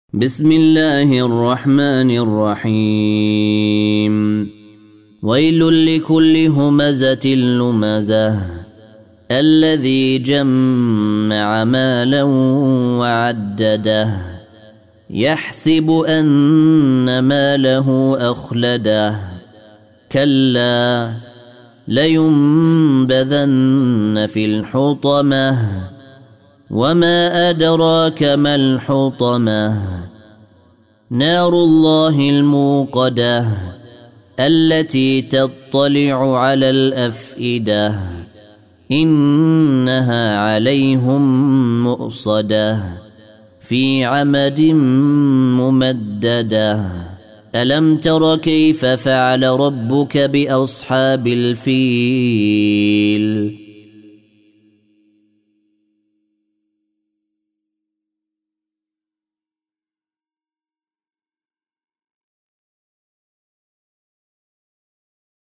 بسم الله الرحمن الرحيم ويل لكل همزة لمزة الذي جمع مالا وعدده يحسب أن ماله أخلده كلا لينبذن في الحطمة وما أدراك ما الحطمة نار الله الموقدة التي تطلع على الأفئدة إنها عليهم مؤصدة في عمد ممددة ألم تر كيف فعل ربك بأصحاب الفيل